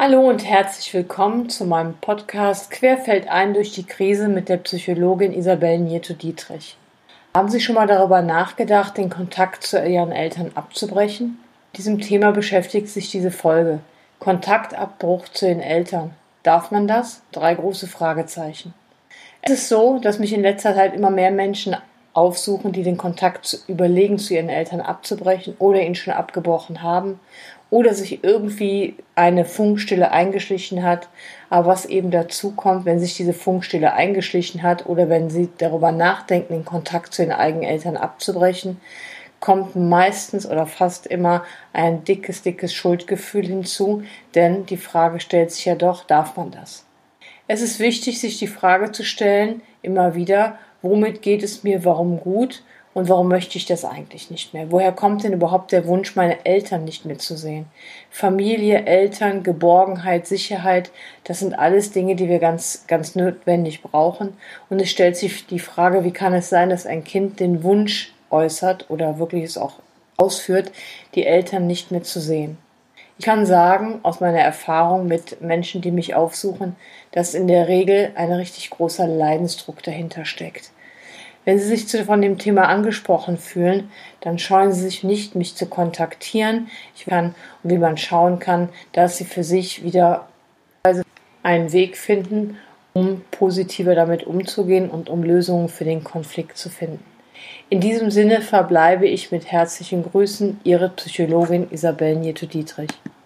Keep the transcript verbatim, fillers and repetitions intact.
Hallo und herzlich willkommen zu meinem Podcast Querfeldein durch die Krise mit der Psychologin Isabel Nieto-Dietrich. Haben Sie schon mal darüber nachgedacht, den Kontakt zu Ihren Eltern abzubrechen? Mit diesem Thema beschäftigt sich diese Folge. Kontaktabbruch zu den Eltern. Darf man das? Drei große Fragezeichen. Es ist so, dass mich in letzter Zeit immer mehr Menschen aufsuchen, die den Kontakt überlegen, zu ihren Eltern abzubrechen oder ihn schon abgebrochen haben oder sich irgendwie eine Funkstille eingeschlichen hat. Aber was eben dazu kommt, wenn sich diese Funkstille eingeschlichen hat oder wenn sie darüber nachdenken, den Kontakt zu den eigenen Eltern abzubrechen, kommt meistens oder fast immer ein dickes, dickes Schuldgefühl hinzu, denn die Frage stellt sich ja doch, darf man das? Es ist wichtig, sich die Frage zu stellen, immer wieder, womit geht es mir warum gut und warum möchte ich das eigentlich nicht mehr? Woher kommt denn überhaupt der Wunsch, meine Eltern nicht mehr zu sehen? Familie, Eltern, Geborgenheit, Sicherheit, das sind alles Dinge, die wir ganz, ganz notwendig brauchen. Und es stellt sich die Frage, wie kann es sein, dass ein Kind den Wunsch äußert oder wirklich es auch ausführt, die Eltern nicht mehr zu sehen? Ich kann sagen, aus meiner Erfahrung mit Menschen, die mich aufsuchen, dass in der Regel ein richtig großer Leidensdruck dahinter steckt. Wenn Sie sich von dem Thema angesprochen fühlen, dann scheuen Sie sich nicht, mich zu kontaktieren. Ich kann, wie man schauen kann, dass Sie für sich wieder einen Weg finden, um positiver damit umzugehen und um Lösungen für den Konflikt zu finden. In diesem Sinne verbleibe ich mit herzlichen Grüßen, Ihre Psychologin Isabel Nieto-Dietrich.